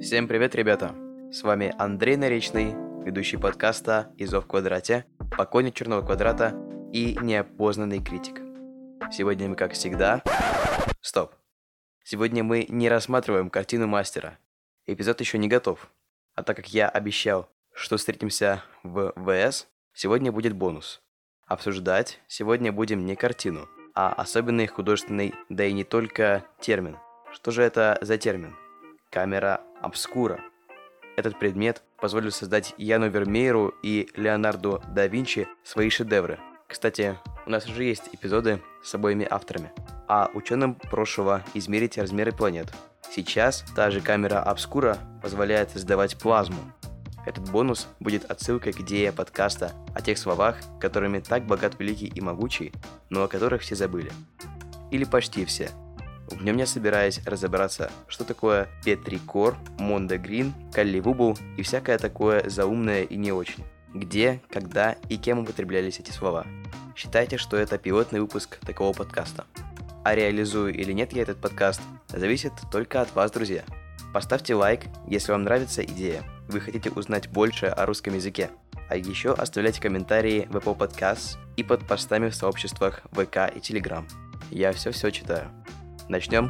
Всем привет, ребята! С вами Андрей Наречный, ведущий подкаста «Изо в квадрате», поклонник черного квадрата и неопознанный критик. Сегодня мы, как всегда... Стоп! Сегодня мы не рассматриваем картину мастера. Эпизод еще не готов. А так как я обещал, что встретимся в ВС, сегодня будет бонус. Обсуждать сегодня будем не картину, а особенный художественный, да и не только термин. Что же это за термин? Камера обскура. Этот предмет позволил создать Яну Вермееру и Леонардо да Винчи свои шедевры. Кстати, у нас уже есть эпизоды с обоими авторами. А ученым прошлого измерить размеры планет. Сейчас та же камера обскура позволяет создавать плазму. Этот бонус будет отсылкой к идее подкаста о тех словах, которыми так богат великий и могучий, но о которых все забыли. Или почти все. В нем я собираюсь разобраться, что такое петрикор, мондегрин, калливубл и всякое такое заумное и не очень. Где, когда и кем употреблялись эти слова. Считайте, что это пилотный выпуск такого подкаста. А реализую или нет я этот подкаст, зависит только от вас, друзья. Поставьте лайк, если вам нравится идея, вы хотите узнать больше о русском языке. А еще оставляйте комментарии в Apple Podcasts и под постами в сообществах ВК и Telegram. Я все читаю. Начнем.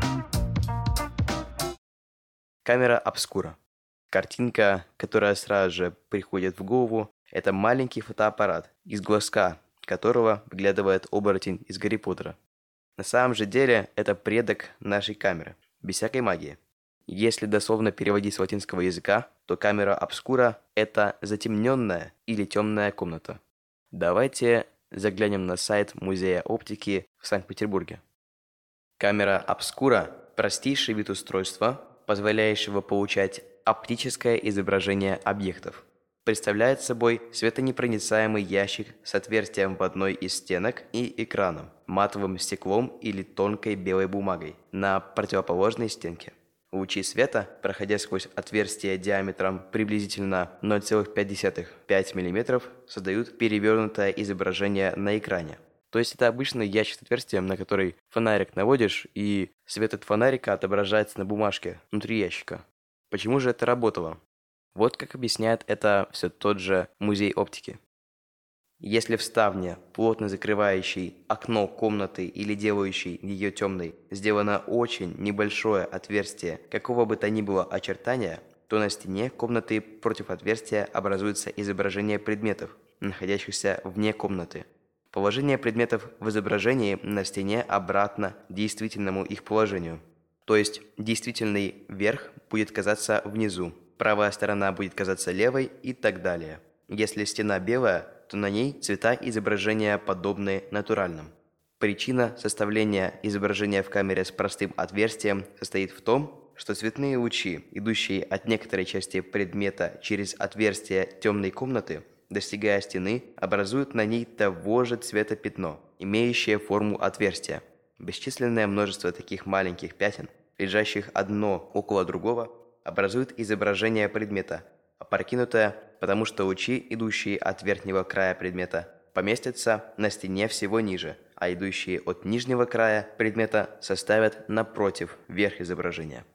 Камера обскура. Картинка, которая сразу же приходит в голову, это маленький фотоаппарат, из глазка которого выглядывает оборотень из Гарри Поттера. На самом же деле это предок нашей камеры, без всякой магии. Если дословно переводить с латинского языка, то камера обскура – это затемненная или темная комната. Давайте заглянем на сайт Музея оптики в Санкт-Петербурге. Камера обскура – простейший вид устройства, позволяющего получать оптическое изображение объектов. Представляет собой светонепроницаемый ящик с отверстием в одной из стенок и экраном, матовым стеклом или тонкой белой бумагой на противоположной стенке. Лучи света, проходя сквозь отверстие диаметром приблизительно 0,5 мм, создают перевернутое изображение на экране. То есть это обычный ящик с отверстием, на который фонарик наводишь, и свет от фонарика отображается на бумажке внутри ящика. Почему же это работало? Вот как объясняет это все тот же музей оптики. Если в ставне, плотно закрывающей окно комнаты или делающей ее темной, сделано очень небольшое отверстие какого бы то ни было очертания, то на стене комнаты против отверстия образуется изображение предметов, находящихся вне комнаты. Положение предметов в изображении на стене обратно действительному их положению. То есть действительный верх будет казаться внизу, правая сторона будет казаться левой и так далее. Если стена белая, то на ней цвета изображения подобны натуральным. Причина составления изображения в камере с простым отверстием состоит в том, что цветные лучи, идущие от некоторой части предмета через отверстие темной комнаты, достигая стены, образуют на ней того же цвета пятно, имеющее форму отверстия. Бесчисленное множество таких маленьких пятен, лежащих одно около другого, образует изображение предмета, опрокинутое, потому что лучи, идущие от верхнего края предмета, поместятся на стене всего ниже, а идущие от нижнего края предмета составят напротив верх изображения.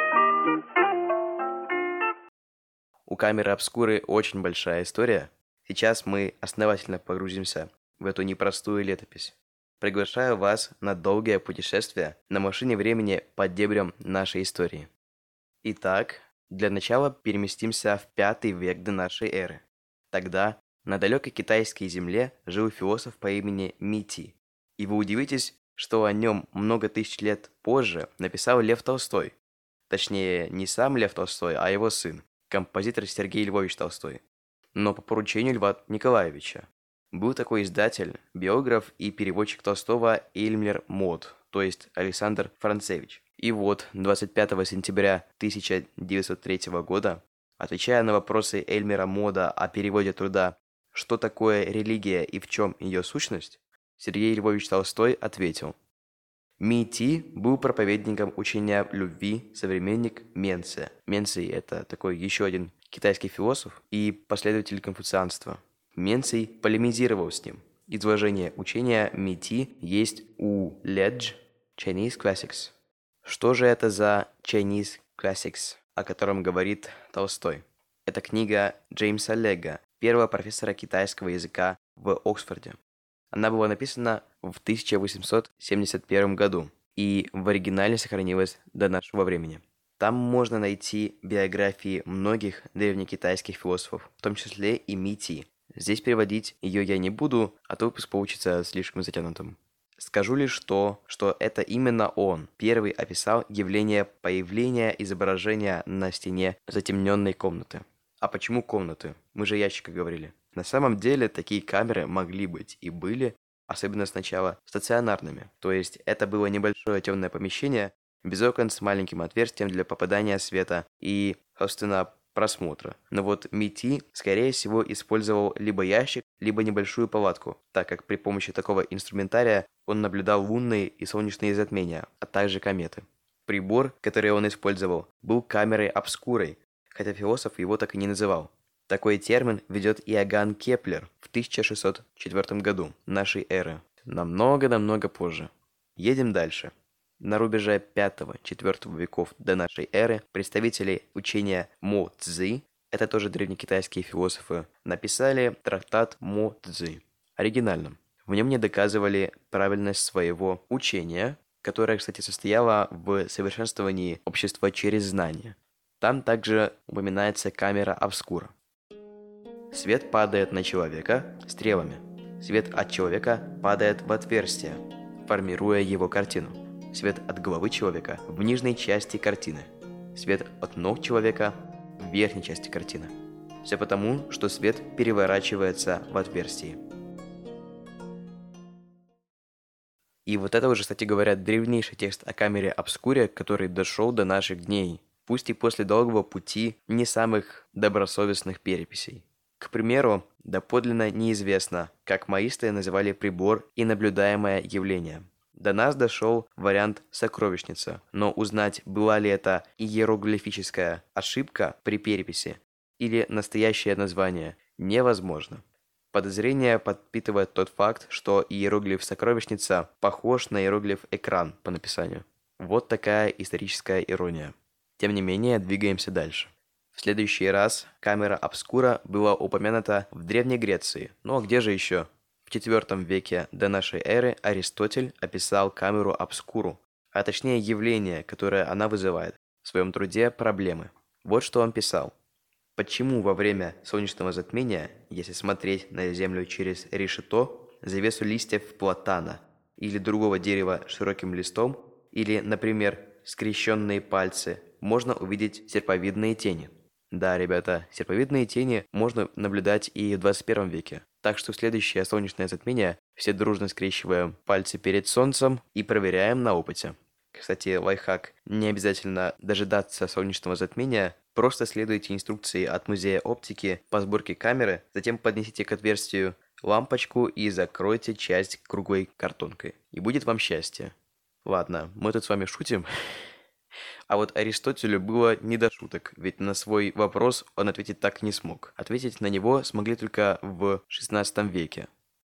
У камеры обскуры очень большая история. Сейчас мы основательно погрузимся в эту непростую летопись. Приглашаю вас на долгое путешествие на машине времени по дебрям нашей истории. Итак, для начала переместимся в 5 век до нашей эры. Тогда на далекой китайской земле жил философ по имени Мити. И вы удивитесь, что о нем много тысяч лет позже написал Лев Толстой. Точнее, не сам Лев Толстой, а его сын, композитор Сергей Львович Толстой. Но по поручению Льва Николаевича. Был такой издатель, биограф и переводчик Толстого Эльмер Мод, то есть Александр Францевич. И вот 25 сентября 1903 года, отвечая на вопросы Эльмера Мода о переводе труда «Что такое религия и в чем ее сущность?», Сергей Львович Толстой ответил: Мити был проповедником учения любви, современник Менция. Менций – это такой еще один китайский философ и последователь конфуцианства. Менций полемизировал с ним. Изложение учения Мити есть у Ледж Chinese Classics. Что же это за Chinese Classics? о котором говорит Толстой. Это книга Джеймса Легга, первого профессора китайского языка в Оксфорде. Она была написана в 1871 году и в оригинале сохранилась до нашего времени. Там можно найти биографии многих древнекитайских философов, в том числе и Ми-Ти. Здесь переводить ее я не буду, а то выпуск получится слишком затянутым. Скажу лишь то, что это именно он первый описал явление появления изображения на стене затемненной комнаты. А почему комнаты? Мы же ящика говорили. На самом деле такие камеры могли быть и были, особенно сначала, стационарными. То есть это было небольшое темное помещение, без окон с маленьким отверстием для попадания света и, собственно, просмотра. Но вот Ми-Ти, скорее всего, использовал либо ящик, либо небольшую палатку, так как при помощи такого инструментария он наблюдал лунные и солнечные затмения, а также кометы. Прибор, который он использовал, был камерой обскурой, хотя философ его так и не называл. Такой термин ведет Иоганн Кеплер в 1604 году нашей эры, намного позже. Едем дальше. На рубеже 5-4 веков до нашей эры представители учения Мо Цзы, это тоже древнекитайские философы, написали трактат Мо Цзы, оригинальным. В нем не доказывали правильность своего учения, которое, кстати, состояло в совершенствовании общества через знание. Там также упоминается камера обскура. Свет падает на человека стрелами. Свет от человека падает в отверстие, формируя его картину. Свет от головы человека в нижней части картины. Свет от ног человека в верхней части картины. Все потому, что свет переворачивается в отверстии. И вот это уже, кстати говоря, древнейший текст о камере обскуре, который дошел до наших дней, пусть и после долгого пути не самых добросовестных переписей. К примеру, доподлинно неизвестно, как маисты называли прибор и наблюдаемое явление. До нас дошел вариант «сокровищница», но узнать, была ли это иероглифическая ошибка при переписи или настоящее название, невозможно. Подозрение подпитывает тот факт, что иероглиф «сокровищница» похож на иероглиф «экран» по написанию. Вот такая историческая ирония. Тем не менее, двигаемся дальше. В следующий раз камера обскура была упомянута в Древней Греции. Ну а где же еще? В IV веке до нашей эры Аристотель описал камеру обскуру, а точнее явление, которое она вызывает, в своем труде «Проблемы». Вот что он писал. Почему во время солнечного затмения, если смотреть на Землю через решето, завесу листьев платана или другого дерева с широким листом, или, например, скрещенные пальцы, можно увидеть серповидные тени? Да, ребята, серповидные тени можно наблюдать и в 21 веке. Так что в следующее солнечное затмение все дружно скрещиваем пальцы перед солнцем и проверяем на опыте. Кстати, лайфхак. Не обязательно дожидаться солнечного затмения, просто следуйте инструкции от музея оптики по сборке камеры, затем поднесите к отверстию лампочку и закройте часть круглой картонкой. И будет вам счастье. Ладно, мы тут с вами шутим. А вот Аристотелю было не до шуток, ведь на свой вопрос он ответить так не смог. Ответить на него смогли только в XVI веке.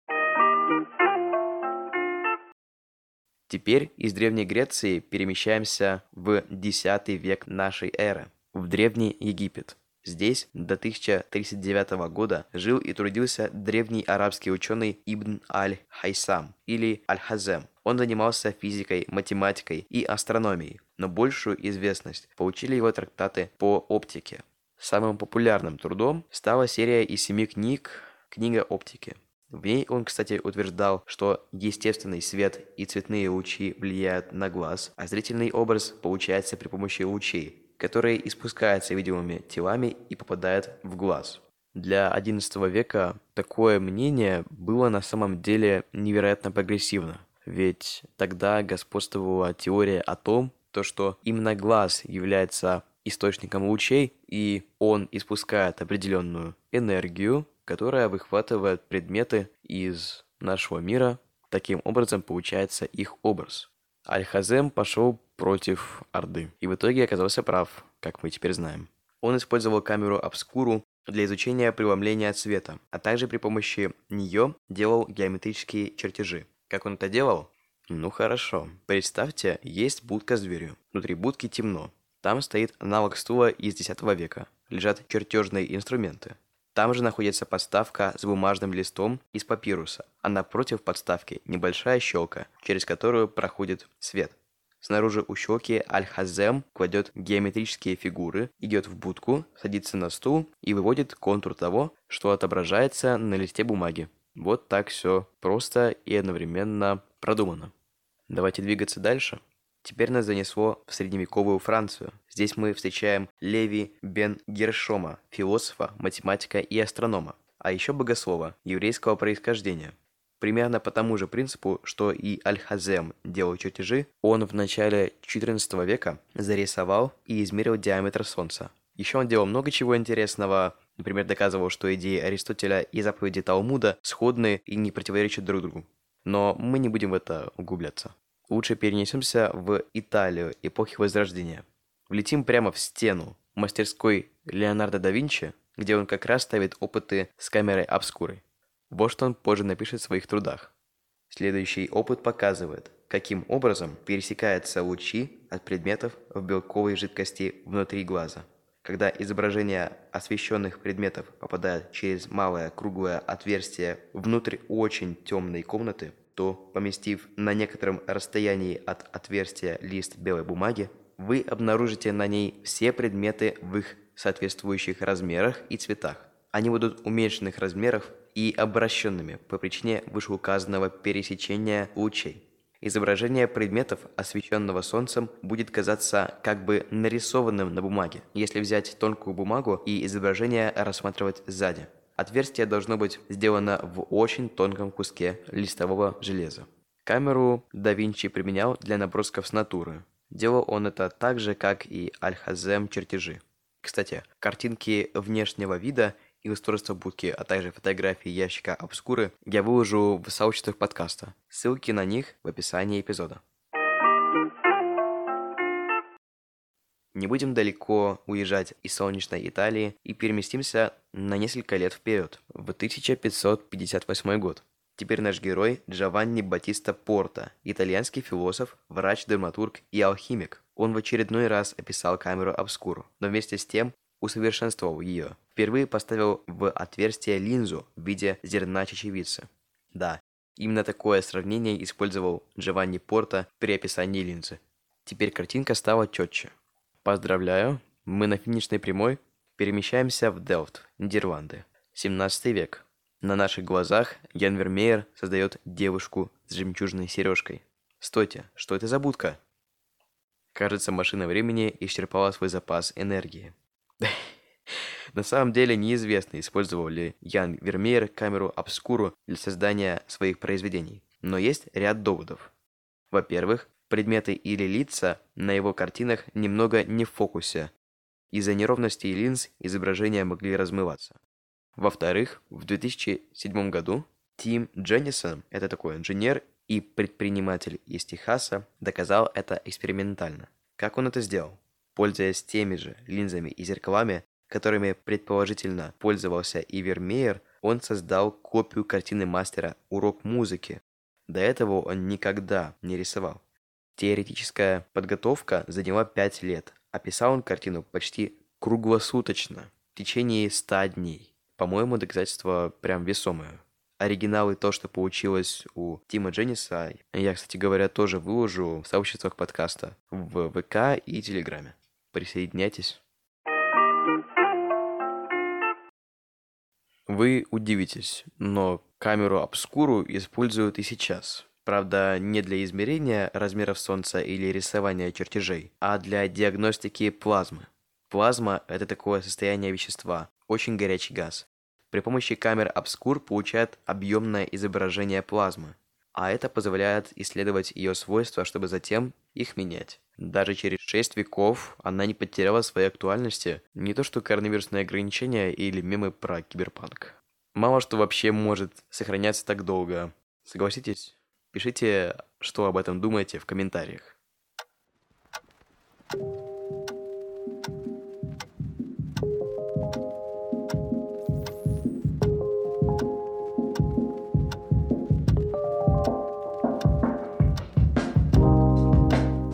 Теперь из Древней Греции перемещаемся в X век нашей эры, в Древний Египет. Здесь до 1039 года жил и трудился древний арабский ученый Ибн аль-Хайсам или Аль-Хазем. Он занимался физикой, математикой и астрономией, но большую известность получили его трактаты по оптике. Самым популярным трудом стала серия из 7 книг «Книга оптики». В ней он, кстати, утверждал, что естественный свет и цветные лучи влияют на глаз, а зрительный образ получается при помощи лучей, которые испускаются видимыми телами и попадают в глаз. Для XI века такое мнение было на самом деле невероятно прогрессивно, ведь тогда господствовала теория о том, что именно глаз является источником лучей, и он испускает определенную энергию, которая выхватывает предметы из нашего мира. Таким образом получается их образ. Аль-Хазем пошел против Орды и в итоге оказался прав, как мы теперь знаем. Он использовал камеру обскуру для изучения преломления цвета, а также при помощи нее делал геометрические чертежи. Как он это делал? Ну хорошо. Представьте, есть будка с дверью. Внутри будки темно. Там стоит аналог стула из X века. Лежат чертежные инструменты. Там же находится подставка с бумажным листом из папируса, а напротив подставки небольшая щелка, через которую проходит свет. Снаружи у щелки Аль-Хазем кладет геометрические фигуры, идет в будку, садится на стул и выводит контур того, что отображается на листе бумаги. Вот так все просто и одновременно продумано. Давайте двигаться дальше. Теперь нас занесло в средневековую Францию. Здесь мы встречаем Леви бен Гершома, философа, математика и астронома, а еще богослова еврейского происхождения. Примерно по тому же принципу, что и Аль-Хазем делал чертежи, он в начале XIV века зарисовал и измерил диаметр Солнца. Еще он делал много чего интересного, например, доказывал, что идеи Аристотеля и заповеди Талмуда сходны и не противоречат друг другу. Но мы не будем в это углубляться. Лучше перенесемся в Италию эпохи Возрождения. Влетим прямо в стену мастерской Леонардо да Винчи, где он как раз ставит опыты с камерой обскурой. Вот что он позже напишет в своих трудах. Следующий опыт показывает, каким образом пересекаются лучи от предметов в белковой жидкости внутри глаза. Когда изображение освещенных предметов попадает через малое круглое отверстие внутрь очень темной комнаты, то, поместив на некотором расстоянии от отверстия лист белой бумаги, вы обнаружите на ней все предметы в их соответствующих размерах и цветах. Они будут уменьшенных размеров и обращенными по причине вышеуказанного пересечения лучей. Изображение предметов, освещенного солнцем, будет казаться как бы нарисованным на бумаге, если взять тонкую бумагу и изображение рассматривать сзади. Отверстие должно быть сделано в очень тонком куске листового железа. Камеру да Винчи применял для набросков с натуры. Делал он это так же, как и Аль-Хазем чертежи. Кстати, картинки внешнего вида и устройства будки, а также фотографии ящика обскуры я выложу в сообществах подкаста. Ссылки на них в описании эпизода. Не будем далеко уезжать из солнечной Италии и переместимся на несколько лет вперед, в 1558 год. Теперь наш герой Джованни Баттиста Порта, итальянский философ, врач, драматург и алхимик. Он в очередной раз описал камеру обскуру, но вместе с тем усовершенствовал ее. Впервые поставил в отверстие линзу в виде зерна чечевицы. Да, именно такое сравнение использовал Джованни Порта при описании линзы. Теперь картинка стала четче. Поздравляю, мы на финишной прямой перемещаемся в Делфт, Нидерланды. 17 век. На наших глазах Ян Вермеер создает девушку с жемчужной сережкой. Стойте, что это за будка? Кажется, машина времени исчерпала свой запас энергии. На самом деле неизвестно, использовал ли Ян Вермеер камеру обскуру для создания своих произведений. Но есть ряд доводов. Во-первых, предметы или лица на его картинах немного не в фокусе. Из-за неровностей линз изображения могли размываться. Во-вторых, в 2007 году Тим Дженнисон, это такой инженер и предприниматель из Техаса, доказал это экспериментально. Как он это сделал? Пользуясь теми же линзами и зеркалами, которыми предположительно пользовался и Вермеер, он создал копию картины мастера «Урок музыки». До этого он никогда не рисовал. Теоретическая подготовка заняла 5 лет, а писал он картину почти круглосуточно, в течение 100 дней. По-моему, доказательство прям весомое. Оригинал и то, что получилось у Тима Дженниса, я, кстати говоря, тоже выложу в сообществах подкаста в ВК и Телеграме. Присоединяйтесь. Вы удивитесь, но камеру обскуру используют и сейчас. Правда, не для измерения размеров Солнца или рисования чертежей, а для диагностики плазмы. Плазма – это такое состояние вещества, очень горячий газ. При помощи камер обскур получают объемное изображение плазмы, а это позволяет исследовать ее свойства, чтобы затем их менять. Даже через 6 веков она не потеряла своей актуальности, не то что коронавирусные ограничения или мемы про киберпанк. Мало что вообще может сохраняться так долго. Согласитесь? Пишите, что об этом думаете в комментариях.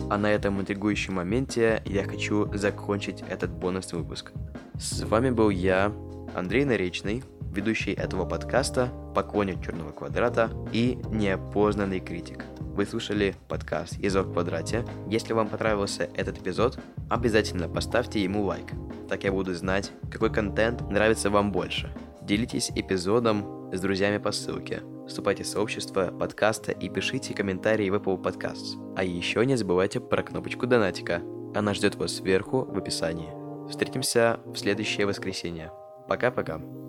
А на этом интригующем моменте я хочу закончить этот бонусный выпуск. С вами был я, Андрей Наречный, ведущий этого подкаста, поклонник черного квадрата и неопознанный критик. Вы слушали подкаст «Язык в квадрате». Если вам понравился этот эпизод, обязательно поставьте ему лайк. Так я буду знать, какой контент нравится вам больше. Делитесь эпизодом с друзьями по ссылке. Вступайте в сообщество подкаста и пишите комментарии в Apple Podcasts. А еще не забывайте про кнопочку донатика. Она ждет вас сверху в описании. Встретимся в следующее воскресенье. Пока-пока.